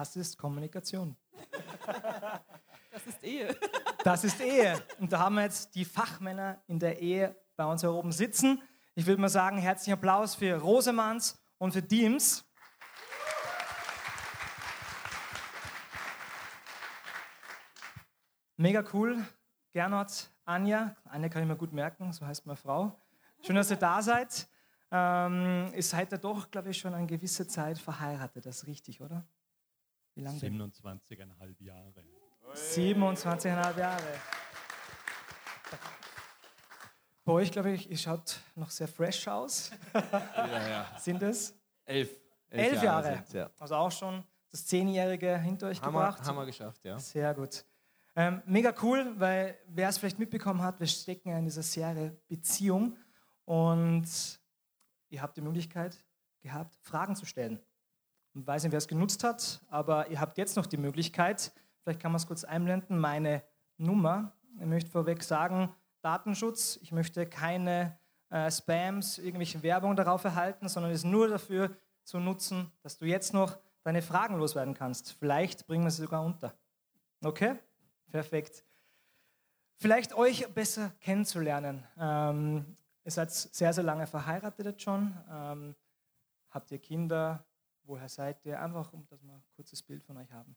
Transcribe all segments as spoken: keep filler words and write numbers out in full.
Das ist Kommunikation. Das ist Ehe. Das ist Ehe. Und da haben wir jetzt die Fachmänner in der Ehe bei uns hier oben sitzen. Ich würde mal sagen, herzlichen Applaus für Rosemanns und für Diems. Mega cool. Gernot, Anja. Anja kann ich mir gut merken, so heißt meine Frau. Schön, dass ihr da seid. Ähm, ihr seid ja doch, glaube ich, schon eine gewisse Zeit verheiratet. Das ist richtig, oder? Wie lange? siebenundzwanzig Komma fünf Jahre. siebenundzwanzig Komma fünf Jahre. Bei euch, glaube ich, ihr schaut noch sehr fresh aus. Ja, ja. Sind es? Elf. Elf, Elf Jahre. Jahre ja. Also auch schon das Zehnjährige hinter euch haben gebracht. Wir, haben wir geschafft, ja. Sehr gut. Ähm, mega cool, weil wer es vielleicht mitbekommen hat, wir stecken ja in dieser Serie Beziehung und ihr habt die Möglichkeit gehabt, Fragen zu stellen. Ich weiß nicht, wer es genutzt hat, aber ihr habt jetzt noch die Möglichkeit, vielleicht kann man es kurz einblenden, meine Nummer. Ich möchte vorweg sagen, Datenschutz, ich möchte keine äh, Spams, irgendwelche Werbung darauf erhalten, sondern es nur dafür zu nutzen, dass du jetzt noch deine Fragen loswerden kannst. Vielleicht bringen wir sie sogar unter. Okay? Perfekt. Vielleicht euch besser kennenzulernen. Ähm, ihr seid sehr, sehr lange verheiratet jetzt schon. Ähm, habt ihr Kinder? Woher seid ihr? Einfach, um dass wir ein kurzes Bild von euch haben.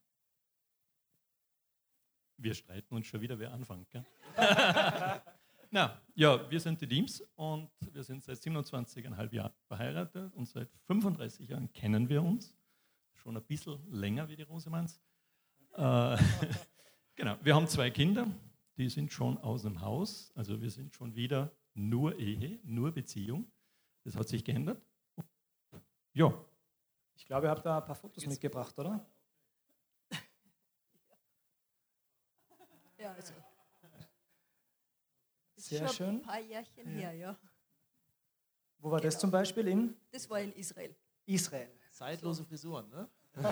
Wir streiten uns schon wieder, wer anfängt, gell? Na, ja, wir sind die Diems und wir sind seit siebenundzwanzig Komma fünf Jahren verheiratet und seit fünfunddreißig Jahren kennen wir uns. Schon ein bisschen länger wie die Rosemanns. Äh, genau, wir haben zwei Kinder, die sind schon aus dem Haus, also wir sind schon wieder nur Ehe, nur Beziehung. Das hat sich geändert. Ja. Ich glaube, ihr habt da ein paar Fotos Jetzt mitgebracht, oder? Ja, also. Sehr schön. Ein paar Jährchen her, ja. Wo war genau. das zum Beispiel? In? Das war in Israel. Israel. Zeitlose Frisuren, ne? Ja.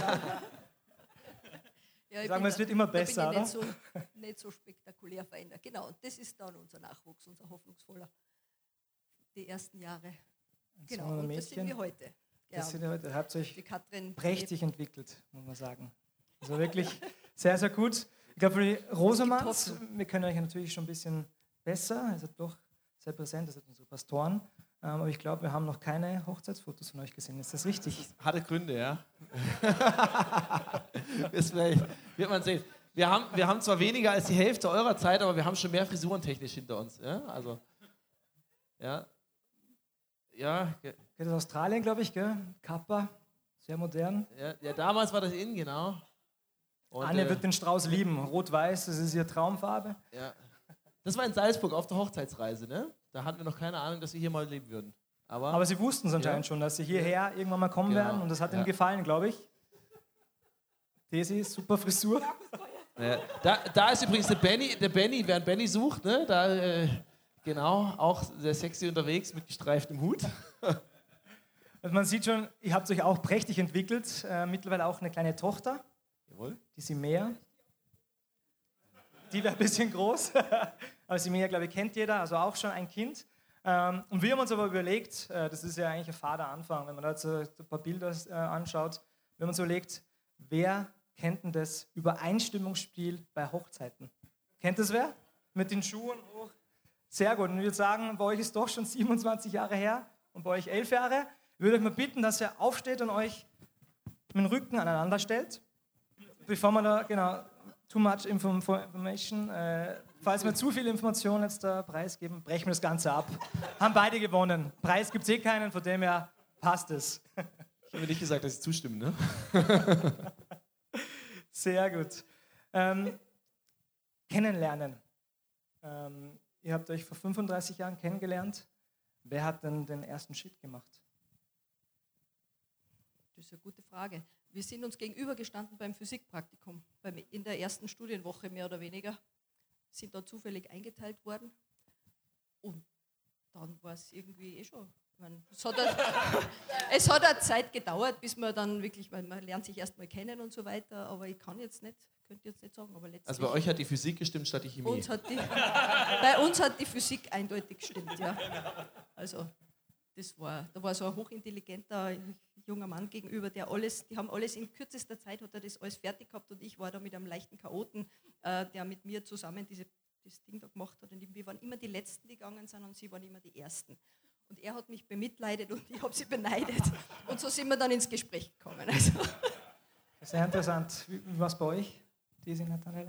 Ja, ich Sagen wir, es wird immer besser, bin oder? Nicht so, nicht so spektakulär verändert. Genau, und das ist dann unser Nachwuchs, unser hoffnungsvoller. Die ersten Jahre. Und genau, so und Mädchen, das sind wir heute. Ja, das sind wir heute. Ihr habt euch die Katrin prächtig entwickelt, muss man sagen. Also wirklich sehr, sehr gut. Ich glaube, für die Rosemanns, wir können euch natürlich schon ein bisschen besser, ihr seid doch sehr präsent, ihr seid unsere Pastoren, aber ich glaube, wir haben noch keine Hochzeitsfotos von euch gesehen. Ist das richtig? Das hatte Gründe, ja. Das wird man sehen. Wir haben, wir haben zwar weniger als die Hälfte eurer Zeit, aber wir haben schon mehr Frisuren technisch hinter uns. Ja, also, ja. Ja. Geht aus Australien, glaube ich, gell? Kappa, sehr modern. Ja, ja, damals war das in, genau. Und, Anja äh, wird den Strauß lieben. Rot-Weiß, das ist ihre Traumfarbe. Ja. Das war in Salzburg auf der Hochzeitsreise, ne? Da hatten wir noch keine Ahnung, dass wir hier mal leben würden. Aber, Aber sie wussten es anscheinend ja. schon, dass sie hierher ja. irgendwann mal kommen genau. werden und das hat ja. ihnen gefallen, glaube ich. Desi, super Frisur. Ja. Da, da ist übrigens der Benny, der Benny, wer einen Benny sucht, ne? Da, äh, genau, auch sehr sexy unterwegs mit gestreiftem Hut. Also man sieht schon, ihr habt euch auch prächtig entwickelt. Äh, mittlerweile auch eine kleine Tochter. Jawohl. Die Simea. Die wäre ein bisschen groß. Aber Simea, glaube ich, kennt jeder, also auch schon ein Kind. Ähm, und wir haben uns aber überlegt, äh, das ist ja eigentlich ein fader Anfang, wenn man da jetzt äh, ein paar Bilder äh, anschaut, wenn man so überlegt, wer kennt denn das Übereinstimmungsspiel bei Hochzeiten? Kennt das wer? Mit den Schuhen hoch. Sehr gut. Und ich würde sagen, bei euch ist doch schon siebenundzwanzig Jahre her und bei euch elf Jahre. Ich würde euch mal bitten, dass ihr aufsteht und euch mit dem Rücken aneinander stellt. Bevor man da, genau, too much information, äh, falls wir zu viel Information jetzt da preisgeben, brechen wir das Ganze ab. Haben beide gewonnen. Preis gibt es eh keinen, von dem her passt es. Ich habe nicht gesagt, dass ich zustimme, ne? Sehr gut. Ähm, kennenlernen. Ähm, ihr habt euch vor fünfunddreißig Jahren kennengelernt. Wer hat denn den ersten Schritt gemacht? Das ist eine gute Frage. Wir sind uns gegenübergestanden beim Physikpraktikum, beim, in der ersten Studienwoche mehr oder weniger, sind da zufällig eingeteilt worden und dann war es irgendwie eh schon. Ich meine, es, hat eine, es hat eine Zeit gedauert, bis man dann wirklich, weil man lernt sich erst mal kennen und so weiter, aber ich kann jetzt nicht, könnte jetzt nicht sagen, aber letztlich... Also bei euch hat die Physik gestimmt statt die Chemie? Uns hat die, bei uns hat die Physik eindeutig gestimmt, ja. Also das war, da war so ein hochintelligenter junger Mann gegenüber, der alles, die haben alles in kürzester Zeit, hat er das alles fertig gehabt und ich war da mit einem leichten Chaoten, äh, der mit mir zusammen diese, das Ding da gemacht hat und wir waren immer die Letzten, die gegangen sind und sie waren immer die Ersten. Und er hat mich bemitleidet und ich habe sie beneidet und so sind wir dann ins Gespräch gekommen. Also. Sehr interessant. Wie, wie war es bei euch, Desi, Nathanael?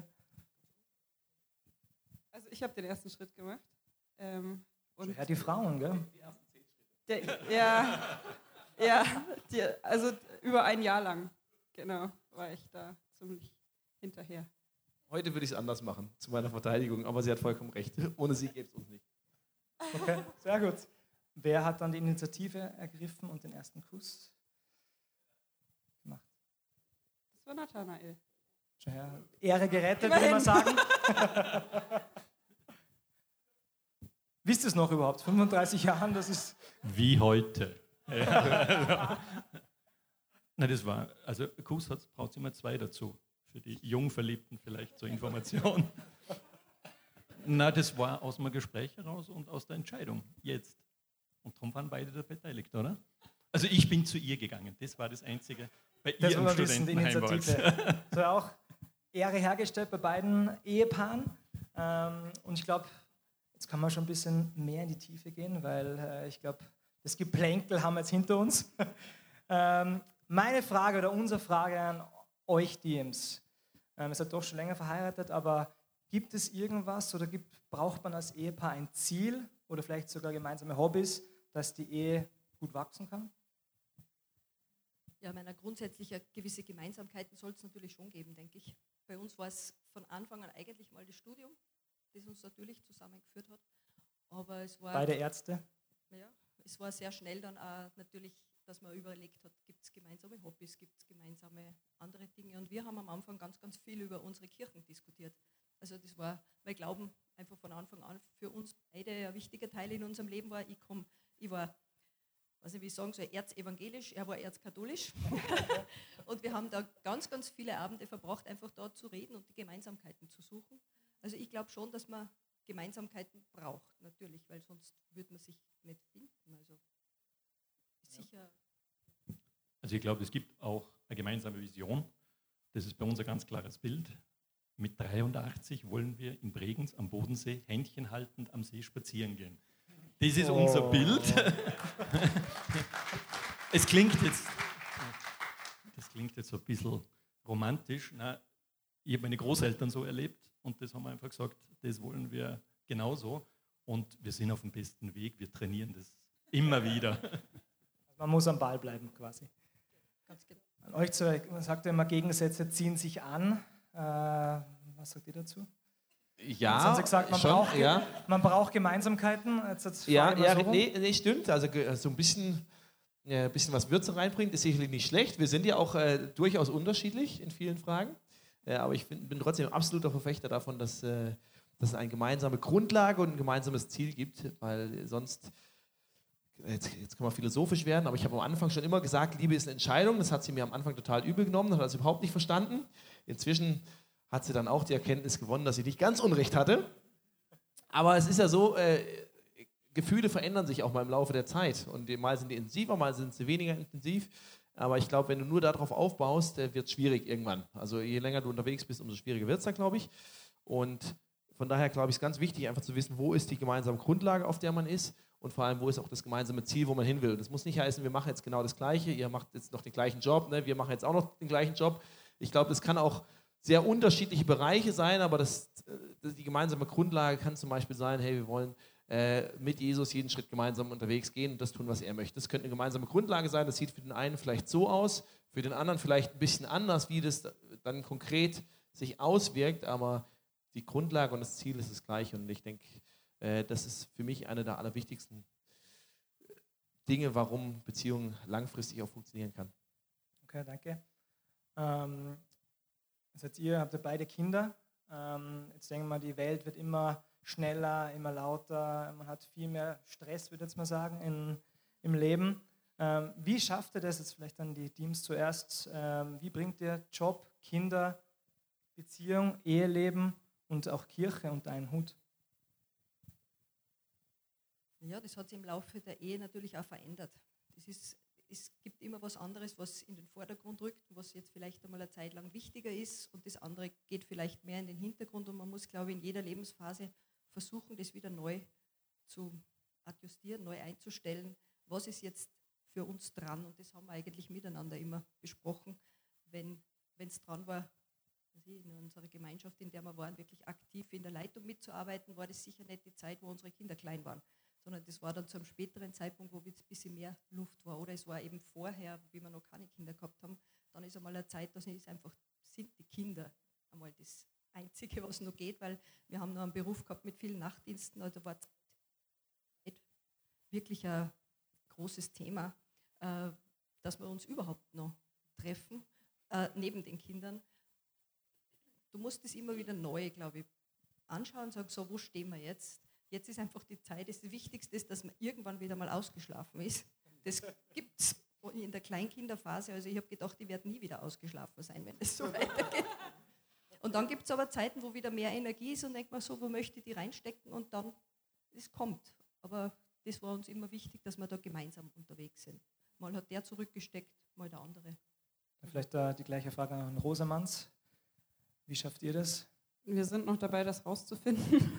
Also ich habe den ersten Schritt gemacht. Ähm, und ja, die Frauen, gell? Der, ja, ja die, also über ein Jahr lang, genau, war ich da ziemlich hinterher. Heute würde ich es anders machen, zu meiner Verteidigung, aber sie hat vollkommen recht. Ohne sie gäbe es uns nicht. Okay, sehr gut. Wer hat dann die Initiative ergriffen und den ersten Kuss gemacht? Das war Nathanael. Ja, Ehre gerettet, würde man sagen. Wisst ihr es noch überhaupt? fünfunddreißig Jahren, das ist... Wie heute. Ja. Nein, das war, also Kuss braucht es immer zwei dazu. Für die Jungverliebten vielleicht zur Information. Na, das war aus dem Gespräch heraus und aus der Entscheidung, jetzt. Und darum waren beide da beteiligt, oder? Also ich bin zu ihr gegangen, das war das Einzige. Bei das ihr im Studentenheim. So auch Ehre hergestellt bei beiden Ehepaaren. Ähm, und ich glaube, jetzt kann man schon ein bisschen mehr in die Tiefe gehen, weil äh, ich glaube, das Geplänkel haben wir jetzt hinter uns. ähm, meine Frage oder unsere Frage an euch D Ms. Ähm, ihr seid doch schon länger verheiratet, aber gibt es irgendwas oder gibt, braucht man als Ehepaar ein Ziel oder vielleicht sogar gemeinsame Hobbys, dass die Ehe gut wachsen kann? Ja, meiner grundsätzlich gewisse Gemeinsamkeiten soll es natürlich schon geben, denke ich. Bei uns war es von Anfang an eigentlich mal das Studium, das uns natürlich zusammengeführt hat. Aber es war... Beide Ärzte? Ja, es war sehr schnell dann auch natürlich, dass man überlegt hat, gibt es gemeinsame Hobbys, gibt es gemeinsame andere Dinge. Und wir haben am Anfang ganz, ganz viel über unsere Kirchen diskutiert. Also das war, weil Glauben einfach von Anfang an für uns beide ein wichtiger Teil in unserem Leben war. Ich, komm, ich war, weiß nicht, wie ich sagen soll, erzevangelisch, er war erzkatholisch. Und wir haben da ganz, ganz viele Abende verbracht, einfach da zu reden und die Gemeinsamkeiten zu suchen. Also ich glaube schon, dass man Gemeinsamkeiten braucht, natürlich, weil sonst würde man sich nicht finden. Also ist sicher. Also ich glaube, es gibt auch eine gemeinsame Vision. Das ist bei uns ein ganz klares Bild. Mit dreiundachtzig wollen wir in Bregenz am Bodensee Händchen haltend am See spazieren gehen. Das ist oh. unser Bild. Es klingt jetzt, das klingt jetzt so ein bisschen romantisch. Na, ich habe meine Großeltern so erlebt und das haben wir einfach gesagt, das wollen wir genauso. Und wir sind auf dem besten Weg, wir trainieren das immer wieder. Man muss am Ball bleiben quasi. Ganz genau. An euch zwei, man sagt ja immer, Gegensätze ziehen sich an. Äh, was sagt ihr dazu? Ja, jetzt haben Sie gesagt, man, schon, braucht, ja. man braucht Gemeinsamkeiten. Jetzt jetzt ja, ja so nee, nee, stimmt. Also so ein bisschen, äh, ein bisschen was Würze reinbringt, ist sicherlich nicht schlecht. Wir sind ja auch äh, durchaus unterschiedlich in vielen Fragen. Äh, aber ich bin, bin trotzdem absoluter Verfechter davon, dass, äh, dass es eine gemeinsame Grundlage und ein gemeinsames Ziel gibt, weil sonst... Jetzt, jetzt kann man philosophisch werden, aber ich habe am Anfang schon immer gesagt, Liebe ist eine Entscheidung. Das hat sie mir am Anfang total übel genommen, hat das überhaupt nicht verstanden. Inzwischen hat sie dann auch die Erkenntnis gewonnen, dass sie nicht ganz Unrecht hatte. Aber es ist ja so, äh, Gefühle verändern sich auch mal im Laufe der Zeit. Und mal sind die intensiver, mal sind sie weniger intensiv. Aber ich glaube, wenn du nur darauf aufbaust, äh, wird es schwierig irgendwann. Also je länger du unterwegs bist, umso schwieriger wird es dann, glaube ich. Und von daher glaube ich, ist ganz wichtig, einfach zu wissen, wo ist die gemeinsame Grundlage, auf der man ist. Und vor allem, wo ist auch das gemeinsame Ziel, wo man hin will. Das muss nicht heißen, wir machen jetzt genau das Gleiche, ihr macht jetzt noch den gleichen Job, ne? Wir machen jetzt auch noch den gleichen Job. Ich glaube, das kann auch sehr unterschiedliche Bereiche sein, aber das, das, die gemeinsame Grundlage kann zum Beispiel sein, hey, wir wollen äh, mit Jesus jeden Schritt gemeinsam unterwegs gehen und das tun, was er möchte. Das könnte eine gemeinsame Grundlage sein, das sieht für den einen vielleicht so aus, für den anderen vielleicht ein bisschen anders, wie das dann konkret sich auswirkt, aber die Grundlage und das Ziel ist das gleiche und ich denke, das ist für mich eine der allerwichtigsten Dinge, warum Beziehungen langfristig auch funktionieren kann. Okay, danke. Ähm, seid ihr, habt ihr beide Kinder. Ähm, jetzt denken wir, die Welt wird immer schneller, immer lauter. Man hat viel mehr Stress, würde ich jetzt mal sagen, in, im Leben. Ähm, wie schafft ihr das jetzt vielleicht dann die Teams zuerst? Ähm, wie bringt ihr Job, Kinder, Beziehung, Eheleben und auch Kirche unter einen Hut? Ja, das hat sich im Laufe der Ehe natürlich auch verändert. Das ist, es gibt immer was anderes, was in den Vordergrund rückt, was jetzt vielleicht einmal eine Zeit lang wichtiger ist und das andere geht vielleicht mehr in den Hintergrund und man muss, glaube ich, in jeder Lebensphase versuchen, das wieder neu zu adjustieren, neu einzustellen. Was ist jetzt für uns dran? Und das haben wir eigentlich miteinander immer besprochen, wenn es dran war, in unserer Gemeinschaft, in der wir waren, wirklich aktiv in der Leitung mitzuarbeiten, war das sicher nicht die Zeit, wo unsere Kinder klein waren, sondern das war dann zu einem späteren Zeitpunkt, wo jetzt ein bisschen mehr Luft war. Oder es war eben vorher, wie wir noch keine Kinder gehabt haben, dann ist einmal eine Zeit, das ist einfach, sind die Kinder einmal das Einzige, was noch geht, weil wir haben noch einen Beruf gehabt mit vielen Nachtdiensten, also war nicht wirklich ein großes Thema, äh, dass wir uns überhaupt noch treffen, äh, neben den Kindern. Du musst es immer wieder neu, glaube ich, anschauen und sagen, so, wo stehen wir jetzt? Jetzt ist einfach die Zeit, das Wichtigste ist, dass man irgendwann wieder mal ausgeschlafen ist. Das gibt es in der Kleinkinderphase, also ich habe gedacht, ich werde nie wieder ausgeschlafen sein, wenn es so weitergeht. Und dann gibt es aber Zeiten, wo wieder mehr Energie ist und denkt man so, wo möchte ich die reinstecken und dann, es kommt. Aber das war uns immer wichtig, dass wir da gemeinsam unterwegs sind. Mal hat der zurückgesteckt, mal der andere. Vielleicht äh, die gleiche Frage an Rosamanns. Wie schafft ihr das? Wir sind noch dabei, das rauszufinden.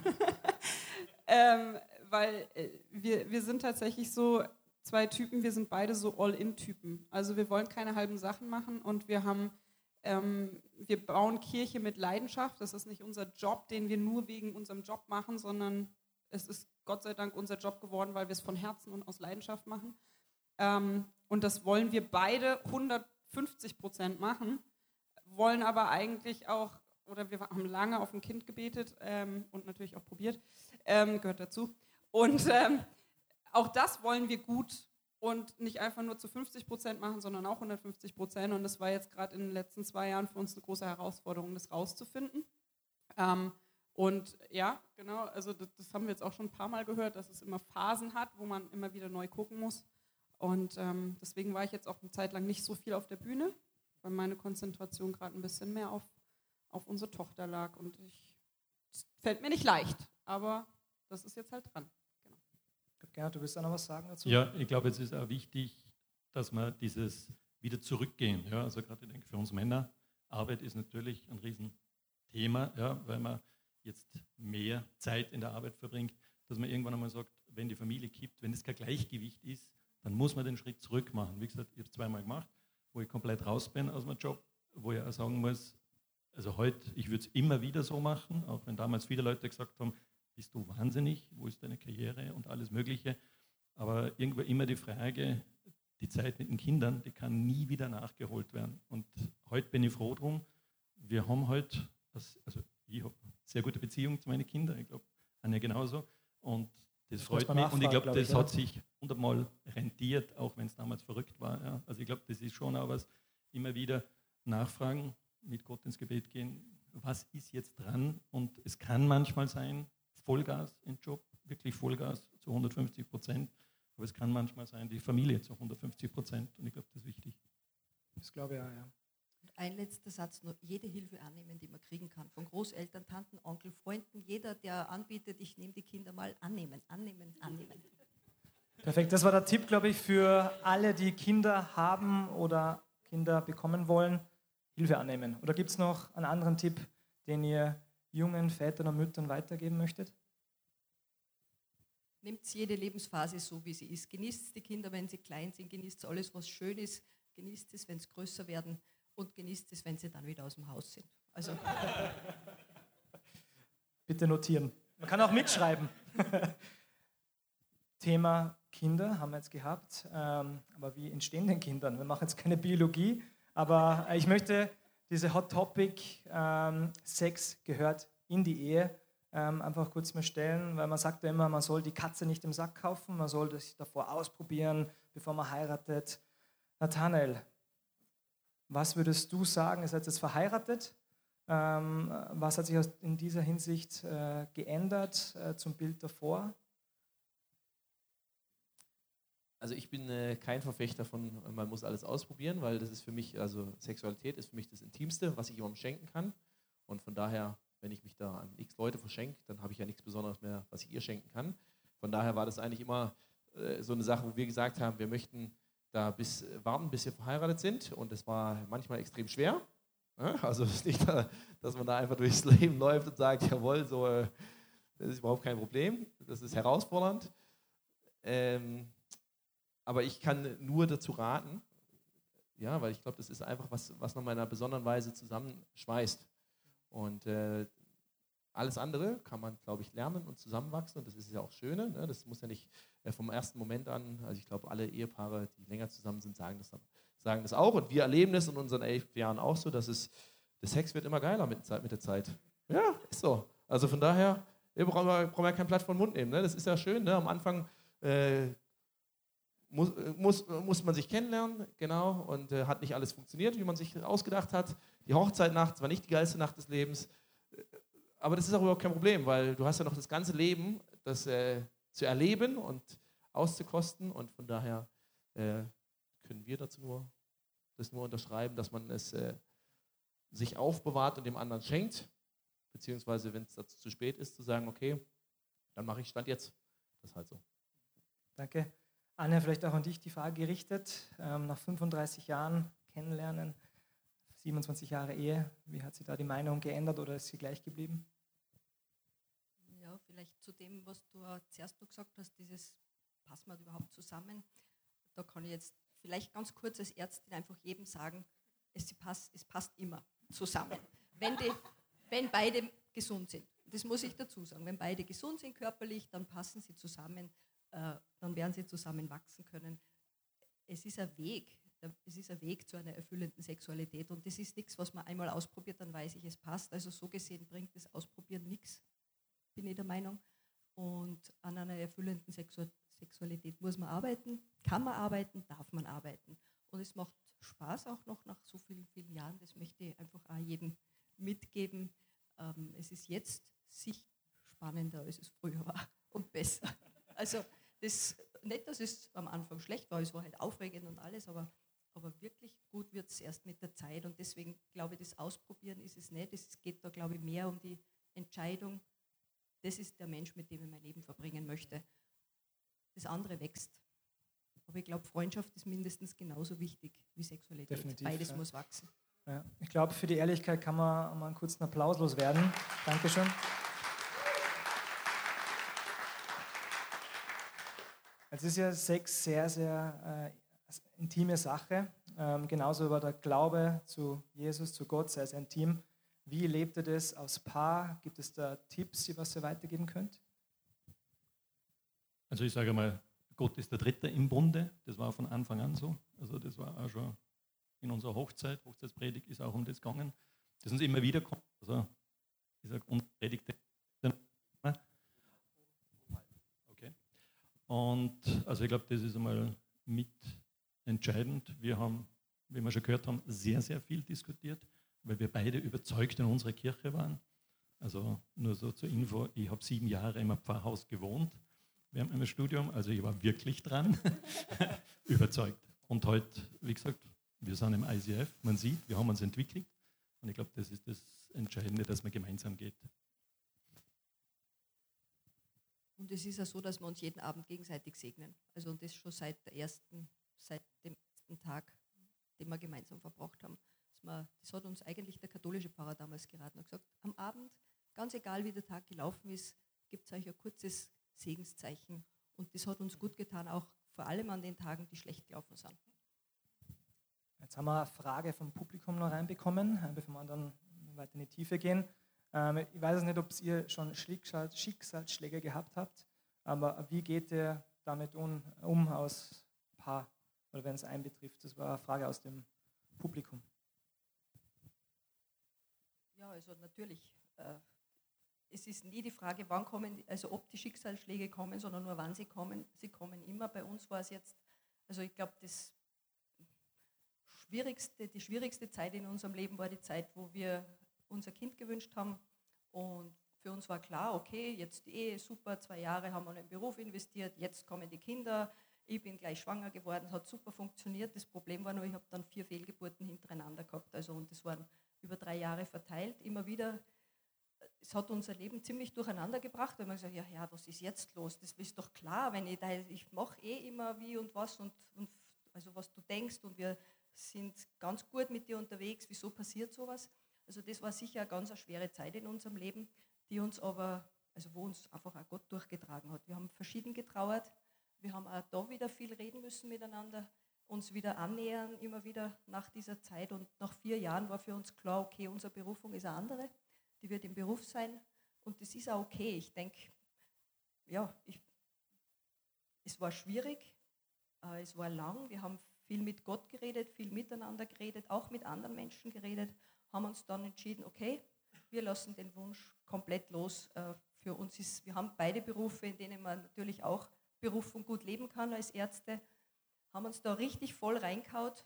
ähm, weil äh, wir, wir sind tatsächlich so zwei Typen, wir sind beide so All-In-Typen. Also wir wollen keine halben Sachen machen und wir haben, ähm, wir bauen Kirche mit Leidenschaft. Das ist nicht unser Job, den wir nur wegen unserem Job machen, sondern es ist Gott sei Dank unser Job geworden, weil wir es von Herzen und aus Leidenschaft machen. Ähm, und das wollen wir beide hundertfünfzig Prozent machen. Wollen aber eigentlich auch, oder wir haben lange auf ein Kind gebetet ähm, und natürlich auch probiert, ähm, gehört dazu. Und ähm, auch das wollen wir gut und nicht einfach nur zu fünfzig Prozent machen, sondern auch hundertfünfzig Prozent. Und das war jetzt gerade in den letzten zwei Jahren für uns eine große Herausforderung, das rauszufinden. Ähm, und ja, genau, also das, das haben wir jetzt auch schon ein paar Mal gehört, dass es immer Phasen hat, wo man immer wieder neu gucken muss. Und ähm, deswegen war ich jetzt auch eine Zeit lang nicht so viel auf der Bühne, weil meine Konzentration gerade ein bisschen mehr auf, auf unsere Tochter lag. Und ich, es fällt mir nicht leicht, aber das ist jetzt halt dran. Genau. Gernot, du willst da noch was sagen dazu? Ja, ich glaube, es ist auch wichtig, dass man dieses wieder zurückgehen, ja, also gerade ich denke für uns Männer, Arbeit ist natürlich ein Riesenthema, ja, weil man jetzt mehr Zeit in der Arbeit verbringt, dass man irgendwann einmal sagt, wenn die Familie kippt, wenn es kein Gleichgewicht ist, dann muss man den Schritt zurück machen. Wie gesagt, ich habe es zweimal gemacht, wo ich komplett raus bin aus meinem Job, wo ich auch sagen muss, also heute, ich würde es immer wieder so machen, auch wenn damals viele Leute gesagt haben, bist du wahnsinnig, wo ist deine Karriere und alles Mögliche. Aber irgendwo immer die Frage, die Zeit mit den Kindern, die kann nie wieder nachgeholt werden. Und heute bin ich froh drum, wir haben heute, das, also ich habe eine sehr gute Beziehung zu meinen Kindern, ich glaube, Anja genauso. Und das, das freut mich und ich glaube, das hat sich hundertmal rentiert, auch wenn es damals verrückt war. Ja. Also ich glaube, das ist schon auch was, immer wieder nachfragen, mit Gott ins Gebet gehen, was ist jetzt dran? Und es kann manchmal sein, Vollgas im Job, wirklich Vollgas zu hundertfünfzig Prozent, aber es kann manchmal sein, die Familie zu hundertfünfzig Prozent und ich glaube, das ist wichtig. Das glaube ich auch, ja. Ein letzter Satz nur, jede Hilfe annehmen, die man kriegen kann, von Großeltern, Tanten, Onkel, Freunden, jeder, der anbietet, ich nehme die Kinder mal, annehmen, annehmen, annehmen. Perfekt, das war der Tipp, glaube ich, für alle, die Kinder haben oder Kinder bekommen wollen, Hilfe annehmen. Oder gibt es noch einen anderen Tipp, den ihr jungen Vätern und Müttern weitergeben möchtet? Nehmt jede Lebensphase so, wie sie ist. Genießt die Kinder, wenn sie klein sind, genießt alles, was schön ist, genießt es, wenn sie größer werden und genießt es, wenn sie dann wieder aus dem Haus sind. Also bitte notieren. Man kann auch mitschreiben. Thema Kinder haben wir jetzt gehabt, ähm, aber wie entstehen denn Kinder? Wir machen jetzt keine Biologie, aber ich möchte diese Hot Topic ähm, Sex gehört in die Ehe ähm, einfach kurz mal stellen, weil man sagt ja immer, man soll die Katze nicht im Sack kaufen, man soll das davor ausprobieren, bevor man heiratet. Nathanael, was würdest du sagen? Ihr seid jetzt verheiratet. Ähm, was hat sich in dieser Hinsicht äh, geändert äh, zum Bild davor? Also ich bin äh, kein Verfechter von, man muss alles ausprobieren, weil das ist für mich, also Sexualität ist für mich das Intimste, was ich jemandem schenken kann. Und von daher, wenn ich mich da an x Leute verschenke, dann habe ich ja nichts Besonderes mehr, was ich ihr schenken kann. Von daher war das eigentlich immer äh, so eine Sache, wo wir gesagt haben, wir möchten da bis, warten, bis sie verheiratet sind. Und das war manchmal extrem schwer. Also es ist nicht, dass man da einfach durchs Leben läuft und sagt, jawohl, so, das ist überhaupt kein Problem. Das ist herausfordernd. Ähm, aber ich kann nur dazu raten, ja, weil ich glaube, das ist einfach was, was nochmal in einer besonderen Weise zusammenschweißt. Und äh, alles andere kann man, glaube ich, lernen und zusammenwachsen. Und das ist ja auch Schöne. Ne? Das muss ja nicht äh, vom ersten Moment an, also ich glaube, alle Ehepaare, die länger zusammen sind, sagen das, sagen das auch. Und wir erleben das in unseren elf Jahren auch so, dass es, der Sex wird immer geiler mit, mit der Zeit. Ja, ist so. Also von daher, wir brauchen wir, brauchen wir kein Blatt vor den Mund nehmen. Ne? Das ist ja schön. Ne? Am Anfang äh, muss, muss, muss man sich kennenlernen, genau, und äh, hat nicht alles funktioniert, wie man sich ausgedacht hat. Die Hochzeitnacht war nicht die geilste Nacht des Lebens. Aber das ist auch überhaupt kein Problem, weil du hast ja noch das ganze Leben, das äh, zu erleben und auszukosten. Und von daher äh, können wir dazu nur, das nur unterschreiben, dass man es äh, sich aufbewahrt und dem anderen schenkt. Beziehungsweise, wenn es dazu zu spät ist, zu sagen, okay, dann mache ich Stand jetzt. Das ist halt so. Danke. Anja, vielleicht auch an dich die Frage gerichtet. Ähm, nach fünfunddreißig Jahren Kennenlernen, siebenundzwanzig Jahre Ehe, wie hat sich da die Meinung geändert oder ist sie gleich geblieben? Ja, vielleicht zu dem, was du zuerst noch gesagt hast, dieses, passen wir überhaupt zusammen? Da kann ich jetzt vielleicht ganz kurz als Ärztin einfach jedem sagen, es passt, es passt immer zusammen, wenn, die, wenn beide gesund sind. Das muss ich dazu sagen. Wenn beide gesund sind körperlich, dann passen sie zusammen, äh, dann werden sie zusammen wachsen können. Es ist ein Weg. Es ist ein Weg zu einer erfüllenden Sexualität und das ist nichts, was man einmal ausprobiert, dann weiß ich, es passt. Also so gesehen bringt das Ausprobieren nichts, bin ich der Meinung. Und an einer erfüllenden Sexu- Sexualität muss man arbeiten, kann man arbeiten, darf man arbeiten. Und es macht Spaß auch noch nach so vielen, vielen Jahren. Das möchte ich einfach auch jedem mitgeben. Ähm, es ist jetzt sicher spannender, als es früher war und besser. Also das, nicht, dass es am Anfang schlecht war, es war halt aufregend und alles, aber Aber wirklich gut wird es erst mit der Zeit. Und deswegen glaube ich, das Ausprobieren ist es nicht. Es geht da, glaube ich, mehr um die Entscheidung, das ist der Mensch, mit dem ich mein Leben verbringen möchte. Das andere wächst. Aber ich glaube, Freundschaft ist mindestens genauso wichtig wie Sexualität. Definitiv, Beides ja. muss wachsen. Ja. Ich glaube, für die Ehrlichkeit kann man mal einen kurzen Applaus loswerden. Dankeschön. Es ist ja Sex sehr, sehr äh, intime Sache. Ähm, genauso war der Glaube zu Jesus, zu Gott, sehr, sehr intim. Wie lebt ihr das als Paar? Gibt es da Tipps, was ihr weitergeben könnt? Also ich sage mal, Gott ist der Dritte im Bunde. Das war von Anfang an so. Also das war auch schon in unserer Hochzeit. Hochzeitspredigt ist auch um das gegangen. Das uns immer wieder kommt. Also ich sage, unsere Predigt. Okay. Und also ich glaube, das ist einmal mit entscheidend. Wir haben, wie wir schon gehört haben, sehr, sehr viel diskutiert, weil wir beide überzeugt in unserer Kirche waren. Also nur so zur Info, ich habe sieben Jahre im Pfarrhaus gewohnt während meinem Studium, also ich war wirklich dran, überzeugt. Und heute, wie gesagt, wir sind im I C F, man sieht, wir haben uns entwickelt und ich glaube, das ist das Entscheidende, dass man gemeinsam geht. Und es ist ja so, dass wir uns jeden Abend gegenseitig segnen. Also und das schon seit der ersten seit dem ersten Tag, den wir gemeinsam verbracht haben. Dass wir, das hat uns eigentlich der katholische Pfarrer damals geraten und gesagt, am Abend, ganz egal wie der Tag gelaufen ist, gibt es euch ein kurzes Segenszeichen. Und das hat uns gut getan, auch vor allem an den Tagen, die schlecht gelaufen sind. Jetzt haben wir eine Frage vom Publikum noch reinbekommen, bevor wir dann weiter in die Tiefe gehen. Ich weiß nicht, ob ihr schon Schicksalsschläge gehabt habt, aber wie geht ihr damit um, um als Paar? Oder wenn es einen betrifft. Das war eine Frage aus dem Publikum. Ja, also natürlich. Äh, es ist nie die Frage, wann kommen, also ob die Schicksalsschläge kommen, sondern nur wann sie kommen. Sie kommen immer. Bei uns war es jetzt, also ich glaube, das schwierigste, die schwierigste Zeit in unserem Leben war die Zeit, wo wir unser Kind gewünscht haben. Und für uns war klar, okay, jetzt die Ehe, super, zwei Jahre haben wir in den Beruf investiert, jetzt kommen die Kinder. Ich bin gleich schwanger geworden, es hat super funktioniert. Das Problem war nur, ich habe dann vier Fehlgeburten hintereinander gehabt. Also, und das waren über drei Jahre verteilt. Immer wieder, es hat unser Leben ziemlich durcheinander gebracht, weil man gesagt hat, ja, ja, was ist jetzt los? Das ist doch klar, wenn ich da, ich mache eh immer wie und was. Und, und also was du denkst und wir sind ganz gut mit dir unterwegs, wieso passiert sowas? Also das war sicher eine ganz eine schwere Zeit in unserem Leben, die uns aber, also wo uns einfach auch Gott durchgetragen hat. Wir haben verschieden getrauert, wir haben auch da wieder viel reden müssen miteinander, uns wieder annähern, immer wieder nach dieser Zeit. Und nach vier Jahren war für uns klar, okay, unsere Berufung ist eine andere, die wird im Beruf sein und das ist auch okay. Ich denke, ja, ich, es war schwierig, äh, es war lang, wir haben viel mit Gott geredet, viel miteinander geredet, auch mit anderen Menschen geredet, haben uns dann entschieden, okay, wir lassen den Wunsch komplett los. Äh, für uns ist, wir haben beide Berufe, in denen man natürlich auch Berufung gut leben kann als Ärzte, haben uns da richtig voll reingehaut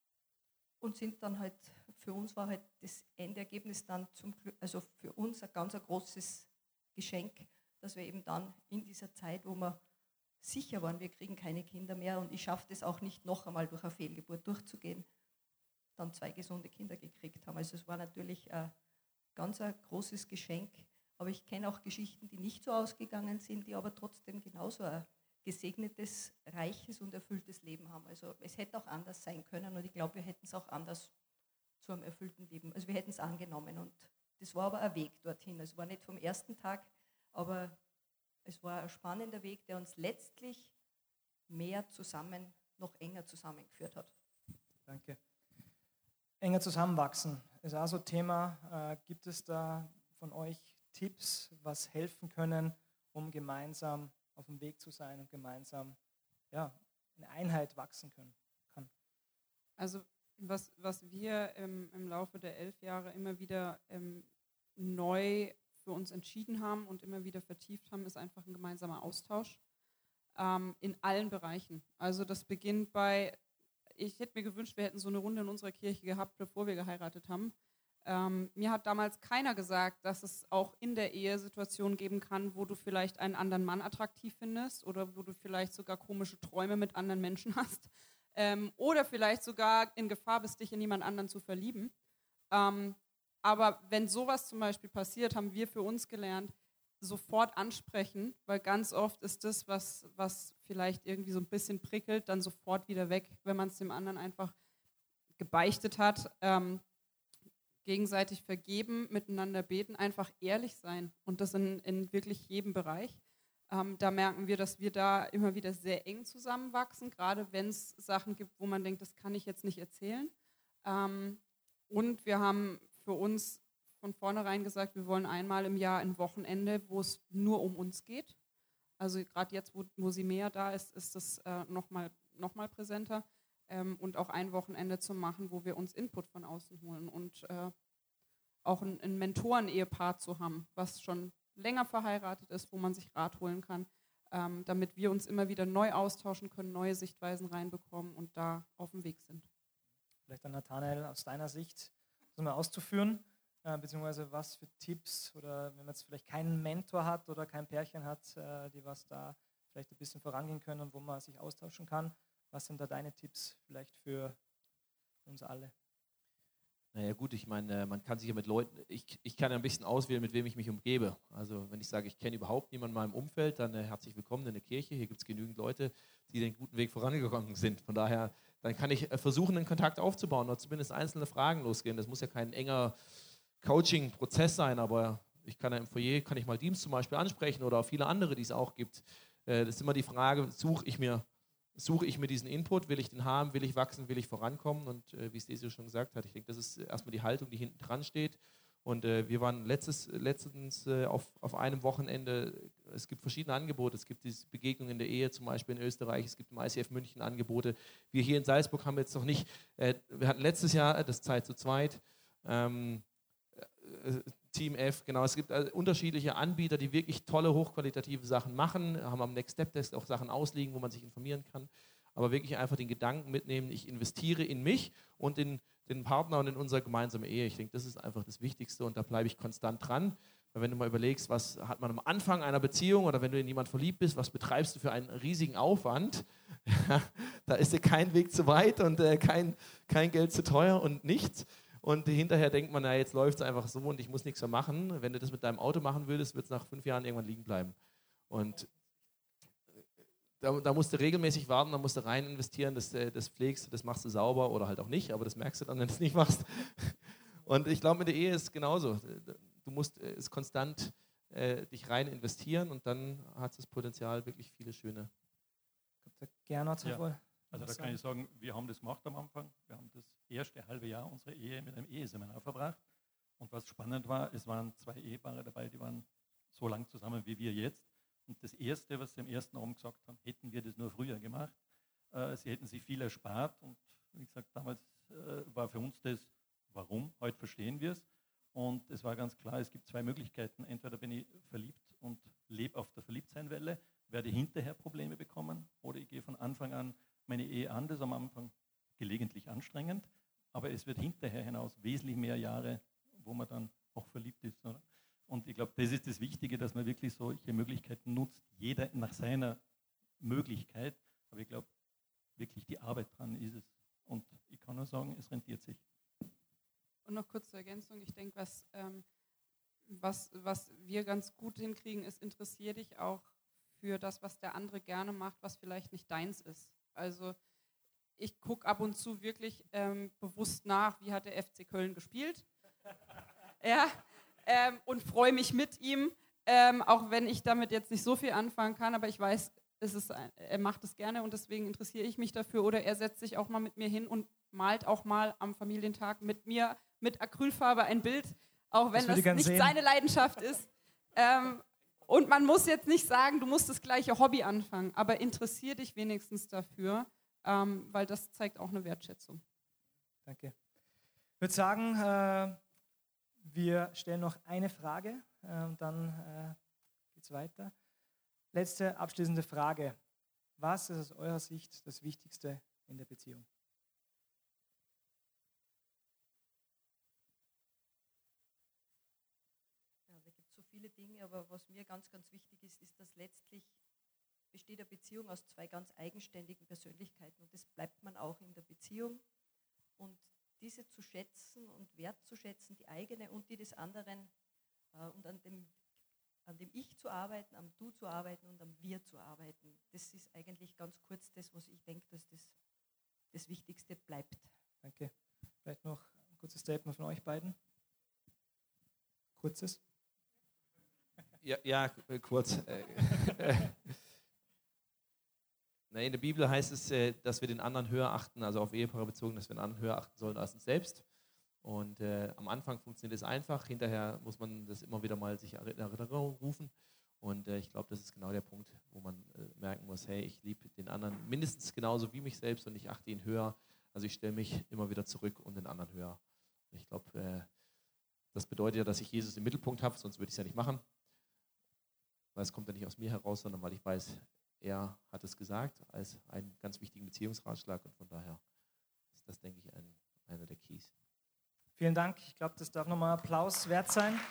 und sind dann halt, für uns war halt das Endergebnis dann zum Glück, also für uns ein ganz ein großes Geschenk, dass wir eben dann in dieser Zeit, wo wir sicher waren, wir kriegen keine Kinder mehr und ich schaffe das auch nicht noch einmal durch eine Fehlgeburt durchzugehen, dann zwei gesunde Kinder gekriegt haben. Also es war natürlich ein ganz ein großes Geschenk, aber ich kenne auch Geschichten, die nicht so ausgegangen sind, die aber trotzdem genauso ein gesegnetes, reiches und erfülltes Leben haben. Also es hätte auch anders sein können und ich glaube, wir hätten es auch anders zu einem erfüllten Leben, also wir hätten es angenommen und das war aber ein Weg dorthin. Es war nicht vom ersten Tag, aber es war ein spannender Weg, der uns letztlich mehr zusammen, noch enger zusammengeführt hat. Danke. Enger zusammenwachsen ist auch so ein Thema. Äh, gibt es da von euch Tipps, was helfen können, um gemeinsam auf dem Weg zu sein und gemeinsam ja, in Einheit wachsen können, kann? Also was, was wir im, im Laufe der elf Jahre immer wieder ähm, neu für uns entschieden haben und immer wieder vertieft haben, ist einfach ein gemeinsamer Austausch ähm, in allen Bereichen. Also das beginnt bei, ich hätte mir gewünscht, wir hätten so eine Runde in unserer Kirche gehabt, bevor wir geheiratet haben. Ähm, mir hat damals keiner gesagt, dass es auch in der Ehe Situationen geben kann, wo du vielleicht einen anderen Mann attraktiv findest oder wo du vielleicht sogar komische Träume mit anderen Menschen hast ähm, oder vielleicht sogar in Gefahr bist, dich in jemand anderen zu verlieben. Ähm, aber wenn sowas zum Beispiel passiert, haben wir für uns gelernt, sofort ansprechen, weil ganz oft ist das, was, was vielleicht irgendwie so ein bisschen prickelt, dann sofort wieder weg, wenn man es dem anderen einfach gebeichtet hat. Ähm, gegenseitig vergeben, miteinander beten, einfach ehrlich sein und das in, in wirklich jedem Bereich. Ähm, da merken wir, dass wir da immer wieder sehr eng zusammenwachsen, gerade wenn es Sachen gibt, wo man denkt, das kann ich jetzt nicht erzählen. Ähm, und wir haben für uns von vornherein gesagt, wir wollen einmal im Jahr ein Wochenende, wo es nur um uns geht. Also gerade jetzt, wo, wo sie mehr da ist, ist das äh, nochmal noch mal präsenter. Ähm, und auch ein Wochenende zu machen, wo wir uns Input von außen holen und äh, auch ein, ein Mentoren-Ehepaar zu haben, was schon länger verheiratet ist, wo man sich Rat holen kann, ähm, damit wir uns immer wieder neu austauschen können, neue Sichtweisen reinbekommen und da auf dem Weg sind. Vielleicht dann, Nathanael, aus deiner Sicht das mal auszuführen, äh, beziehungsweise was für Tipps oder wenn man jetzt vielleicht keinen Mentor hat oder kein Pärchen hat, äh, die was da vielleicht ein bisschen vorangehen können und wo man sich austauschen kann. Was sind da deine Tipps vielleicht für uns alle? Naja gut, ich meine, man kann sich ja mit Leuten, ich, ich kann ja ein bisschen auswählen, mit wem ich mich umgebe. Also wenn ich sage, ich kenne überhaupt niemanden in meinem Umfeld, dann äh, herzlich willkommen in der Kirche. Hier gibt es genügend Leute, die den guten Weg vorangegangen sind. Von daher, dann kann ich äh, versuchen, einen Kontakt aufzubauen oder zumindest einzelne Fragen losgehen. Das muss ja kein enger Coaching-Prozess sein, aber ich kann ja im Foyer, kann ich mal Teams zum Beispiel ansprechen oder auch viele andere, die es auch gibt. Äh, das ist immer die Frage, suche ich mir Suche ich mir diesen Input, will ich den haben, will ich wachsen, will ich vorankommen und äh, wie es Desio schon gesagt hat, ich denke, das ist erstmal die Haltung, die hinten dran steht und äh, wir waren letztes, letztens äh, auf, auf einem Wochenende, es gibt verschiedene Angebote, es gibt diese Begegnung in der Ehe zum Beispiel in Österreich, es gibt im I C F München Angebote, wir hier in Salzburg haben jetzt noch nicht, äh, wir hatten letztes Jahr das Zeit zu zweit, ähm, äh, Team F, genau, es gibt also unterschiedliche Anbieter, die wirklich tolle, hochqualitative Sachen machen, haben am Next Step Desk auch Sachen ausliegen, wo man sich informieren kann, aber wirklich einfach den Gedanken mitnehmen, ich investiere in mich und in den Partner und in unsere gemeinsame Ehe. Ich denke, das ist einfach das Wichtigste und da bleibe ich konstant dran, weil wenn du mal überlegst, was hat man am Anfang einer Beziehung oder wenn du in jemanden verliebt bist, was betreibst du für einen riesigen Aufwand, da ist dir kein Weg zu weit und äh, kein, kein Geld zu teuer und nichts. Und hinterher denkt man, na, jetzt läuft es einfach so und ich muss nichts mehr machen. Wenn du das mit deinem Auto machen würdest, wird es nach fünf Jahren irgendwann liegen bleiben. Und da, da musst du regelmäßig warten, da musst du rein investieren, das, das pflegst, das machst du sauber oder halt auch nicht, aber das merkst du dann, wenn du es nicht machst. Und ich glaube, mit der Ehe ist es genauso. Du musst es konstant äh, dich rein investieren und dann hat es das Potenzial, wirklich viele schöne. Gernot, Ja. wohl. Also da kann ich sagen, wir haben das gemacht am Anfang. Wir haben das erste halbe Jahr unserer Ehe mit einem Eheseminar verbracht. Und was spannend war, es waren zwei Ehepaare dabei, die waren so lang zusammen wie wir jetzt. Und das Erste, was sie am ersten Abend gesagt haben, hätten wir das nur früher gemacht. Äh, sie hätten sich viel erspart. Und wie gesagt, damals äh, war für uns das, warum? Heute verstehen wir es. Und es war ganz klar, es gibt zwei Möglichkeiten. Entweder bin ich verliebt und lebe auf der Verliebtseinwelle, werde hinterher Probleme bekommen, oder ich gehe von Anfang an meine Ehe an. Das ist am Anfang gelegentlich anstrengend, aber es wird hinterher hinaus wesentlich mehr Jahre, wo man dann auch verliebt ist. Oder? Und ich glaube, das ist das Wichtige, dass man wirklich solche Möglichkeiten nutzt, jeder nach seiner Möglichkeit. Aber ich glaube, wirklich die Arbeit dran ist es. Und ich kann nur sagen, es rentiert sich. Und noch kurz zur Ergänzung, ich denke, was, ähm, was, was wir ganz gut hinkriegen, ist, interessier dich auch für das, was der andere gerne macht, was vielleicht nicht deins ist. Also ich gucke ab und zu wirklich ähm, bewusst nach, wie hat der F C Köln gespielt. Ja, ähm, und freue mich mit ihm, ähm, auch wenn ich damit jetzt nicht so viel anfangen kann, aber ich weiß, es ist, er macht es gerne und deswegen interessiere ich mich dafür. Oder er setzt sich auch mal mit mir hin und malt auch mal am Familientag mit mir mit Acrylfarbe ein Bild, auch wenn das, das nicht sehen. Seine Leidenschaft ist. Ähm, und man muss jetzt nicht sagen, du musst das gleiche Hobby anfangen, aber interessier dich wenigstens dafür, ähm, weil das zeigt auch eine Wertschätzung. Danke. Ich würde sagen, äh, wir stellen noch eine Frage äh, und dann äh, geht es weiter. Letzte abschließende Frage. Was ist aus eurer Sicht das Wichtigste in der Beziehung? Ja, da gibt es so viele Dinge, aber was mir ganz, ganz wichtig ist, ist, dass letztlich besteht eine Beziehung aus zwei ganz eigenständigen Persönlichkeiten und das bleibt man auch in der Beziehung. Und diese zu schätzen und wertzuschätzen, die eigene und die des anderen äh, und an dem an dem Ich zu arbeiten, am Du zu arbeiten und am Wir zu arbeiten. Das ist eigentlich ganz kurz das, was ich denke, dass das das Wichtigste bleibt. Danke. Vielleicht noch ein kurzes Statement von euch beiden. Kurzes? Ja, ja kurz. Na, in der Bibel heißt es, dass wir den anderen höher achten, also auf Ehepaare bezogen, dass wir den anderen höher achten sollen als uns selbst. Und äh, am Anfang funktioniert es einfach, hinterher muss man das immer wieder mal sich in Erinnerung rufen. Und äh, ich glaube, das ist genau der Punkt, wo man äh, merken muss, hey, ich liebe den anderen mindestens genauso wie mich selbst und ich achte ihn höher. Also ich stelle mich immer wieder zurück und den anderen höher. Und ich glaube, äh, das bedeutet ja, dass ich Jesus im Mittelpunkt habe, sonst würde ich es ja nicht machen. Weil es kommt ja nicht aus mir heraus, sondern weil ich weiß, er hat es gesagt als einen ganz wichtigen Beziehungsratschlag. Und von daher ist das, denke ich, ein, einer der Keys. Vielen Dank. Ich glaube, das darf nochmal Applaus wert sein.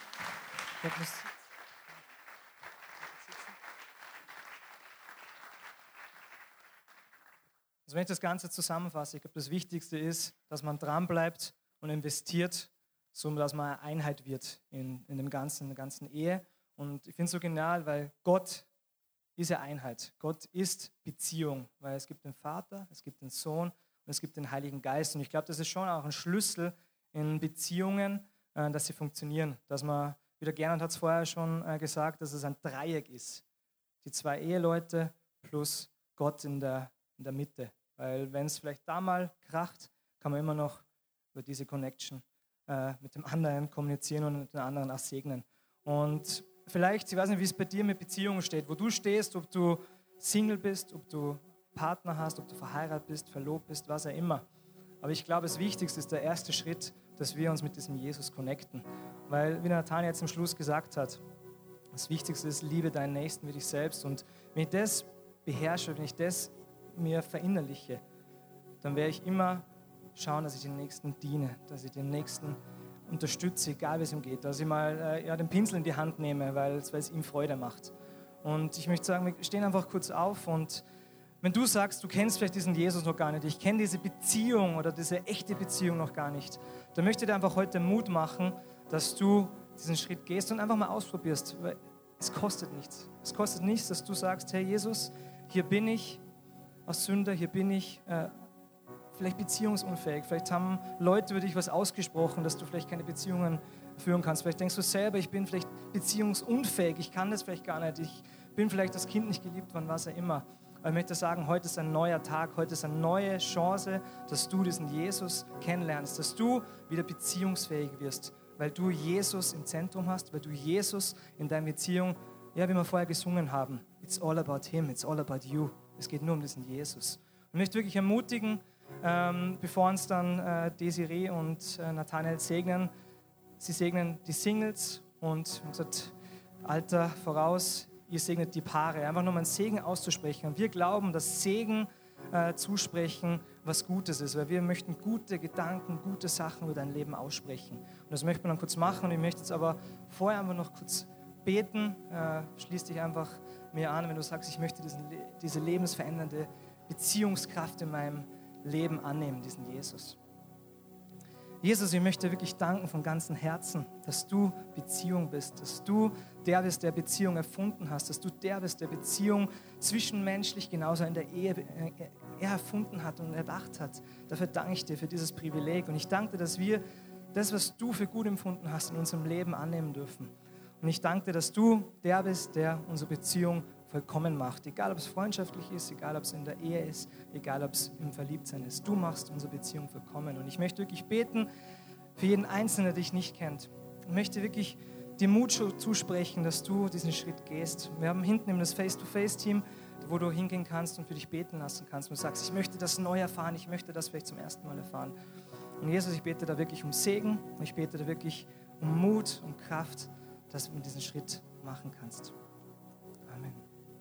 Also wenn ich das Ganze zusammenfasse, ich glaube, das Wichtigste ist, dass man dranbleibt und investiert, so dass man eine Einheit wird in, in, dem ganzen, in der ganzen Ehe. Und ich finde es so genial, weil Gott ist ja Einheit. Gott ist Beziehung, weil es gibt den Vater, es gibt den Sohn und es gibt den Heiligen Geist. Und ich glaube, das ist schon auch ein Schlüssel in Beziehungen, äh, dass sie funktionieren. Dass man, wie der Gernot hat es vorher schon äh, gesagt, dass es ein Dreieck ist. Die zwei Eheleute plus Gott in der, in der Mitte. Weil wenn es vielleicht da mal kracht, kann man immer noch über diese Connection äh, mit dem anderen kommunizieren und mit dem anderen auch segnen. Und vielleicht, ich weiß nicht, wie es bei dir mit Beziehungen steht, wo du stehst, ob du Single bist, ob du Partner hast, ob du verheiratet bist, verlobt bist, was auch immer. Aber ich glaube, das Wichtigste ist der erste Schritt, dass wir uns mit diesem Jesus connecten. Weil, wie Nathan jetzt am Schluss gesagt hat, das Wichtigste ist, liebe deinen Nächsten wie dich selbst. Und wenn ich das beherrsche, wenn ich das mir verinnerliche, dann werde ich immer schauen, dass ich den Nächsten diene, dass ich den Nächsten unterstütze, egal wie es ihm geht. Dass ich mal äh, ja, den Pinsel in die Hand nehme, weil es ihm Freude macht. Und ich möchte sagen, wir stehen einfach kurz auf und wenn du sagst, du kennst vielleicht diesen Jesus noch gar nicht, ich kenne diese Beziehung oder diese echte Beziehung noch gar nicht, dann möchte ich dir einfach heute Mut machen, dass du diesen Schritt gehst und einfach mal ausprobierst, weil es kostet nichts. Es kostet nichts, dass du sagst, Herr Jesus, hier bin ich als Sünder, hier bin ich äh, vielleicht beziehungsunfähig. Vielleicht haben Leute über dich was ausgesprochen, dass du vielleicht keine Beziehungen führen kannst. Vielleicht denkst du selber, ich bin vielleicht beziehungsunfähig, ich kann das vielleicht gar nicht, ich bin vielleicht als Kind nicht geliebt worden, was auch immer. Aber ich möchte sagen, heute ist ein neuer Tag, heute ist eine neue Chance, dass du diesen Jesus kennenlernst, dass du wieder beziehungsfähig wirst, weil du Jesus im Zentrum hast, weil du Jesus in deiner Beziehung, ja, wie wir vorher gesungen haben, it's all about him, it's all about you. Es geht nur um diesen Jesus. Und ich möchte wirklich ermutigen, ähm, bevor uns dann äh, Desiree und äh, Nathanael segnen, sie segnen die Singles und, wie gesagt, Alter voraus, ihr segnet die Paare. Einfach nur mal einen Segen auszusprechen. Und wir glauben, dass Segen äh, zusprechen was Gutes ist, weil wir möchten gute Gedanken, gute Sachen über dein Leben aussprechen. Und das möchten wir dann kurz machen. Und ich möchte jetzt aber vorher einfach noch kurz beten. Äh, schließ dich einfach mir an, wenn du sagst, ich möchte diesen, diese lebensverändernde Beziehungskraft in meinem Leben annehmen, diesen Jesus. Jesus, ich möchte wirklich danken von ganzem Herzen, dass du Beziehung bist, dass du der bist, der Beziehung erfunden hast, dass du der bist, der Beziehung zwischenmenschlich genauso in der Ehe er erfunden hat und erdacht hat. Dafür danke ich dir für dieses Privileg und ich danke dir, dass wir das, was du für gut empfunden hast, in unserem Leben annehmen dürfen. Und ich danke dir, dass du der bist, der unsere Beziehung vollkommen macht. Egal, ob es freundschaftlich ist, egal, ob es in der Ehe ist, egal, ob es im Verliebtsein ist. Du machst unsere Beziehung vollkommen. Und ich möchte wirklich beten für jeden Einzelnen, der dich nicht kennt. Ich möchte wirklich dir Mut zusprechen, dass du diesen Schritt gehst. Wir haben hinten das Face-to-Face-Team, wo du hingehen kannst und für dich beten lassen kannst. Und du sagst, ich möchte das neu erfahren, ich möchte das vielleicht zum ersten Mal erfahren. Und Jesus, ich bete da wirklich um Segen und ich bete da wirklich um Mut und Kraft, dass du diesen Schritt machen kannst. Amen.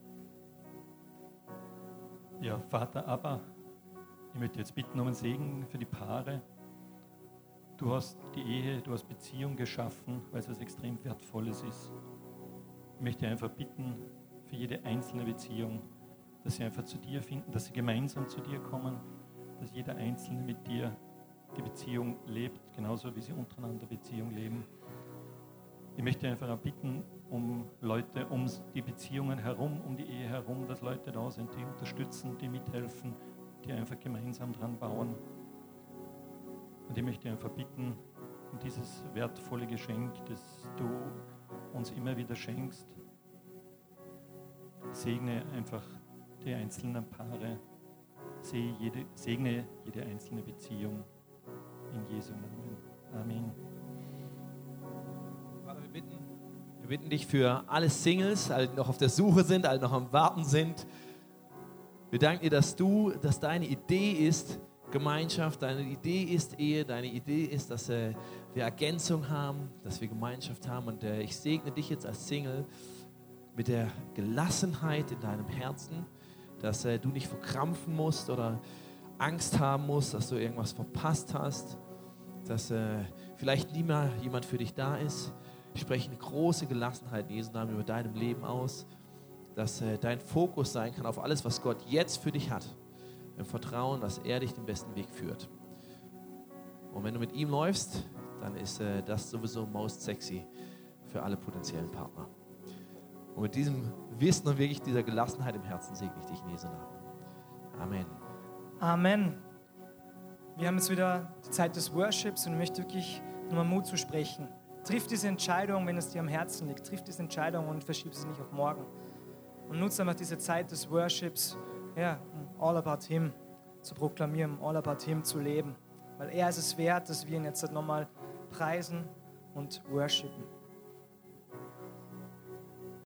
Ja, Vater Abba, ich möchte jetzt bitten um einen Segen für die Paare. Du hast die Ehe, du hast Beziehung geschaffen, weil es was extrem Wertvolles ist. Ich möchte einfach bitten für jede einzelne Beziehung, dass sie einfach zu dir finden, dass sie gemeinsam zu dir kommen, dass jeder Einzelne mit dir die Beziehung lebt, genauso wie sie untereinander Beziehung leben. Ich möchte einfach auch bitten um Leute, um die Beziehungen herum, um die Ehe herum, dass Leute da sind, die unterstützen, die mithelfen, die einfach gemeinsam dran bauen. Und ich möchte einfach bitten um dieses wertvolle Geschenk, das du uns immer wieder schenkst. Segne einfach die einzelnen Paare, segne jede, segne jede einzelne Beziehung in Jesu Namen. Amen. Vater, wir bitten, wir bitten dich für alle Singles, alle, die noch auf der Suche sind, alle noch am Warten sind. Wir danken dir, dass du, dass deine Idee ist Gemeinschaft, deine Idee ist Ehe, deine Idee ist, dass äh, wir Ergänzung haben, dass wir Gemeinschaft haben. Und äh, ich segne dich jetzt als Single mit der Gelassenheit in deinem Herzen, dass äh, du nicht verkrampfen musst oder Angst haben musst, dass du irgendwas verpasst hast, dass äh, vielleicht nie mehr jemand für dich da ist. Ich spreche eine große Gelassenheit in Jesu Namen über deinem Leben aus, dass äh, dein Fokus sein kann auf alles, was Gott jetzt für dich hat. Im Vertrauen, dass er dich den besten Weg führt. Und wenn du mit ihm läufst, dann ist äh, das sowieso most sexy für alle potenziellen Partner. Und mit diesem Wissen und wirklich dieser Gelassenheit im Herzen segne ich dich in Jesu Namen. Amen. Amen. Wir haben jetzt wieder die Zeit des Worships und ich möchte wirklich nochmal Mut zu sprechen. Triff diese Entscheidung, wenn es dir am Herzen liegt. Triff diese Entscheidung und verschieb sie nicht auf morgen. Und nutze einfach diese Zeit des Worships, ja, um all about him zu proklamieren, um all about him zu leben. Weil er ist es wert, dass wir ihn jetzt nochmal preisen und worshipen.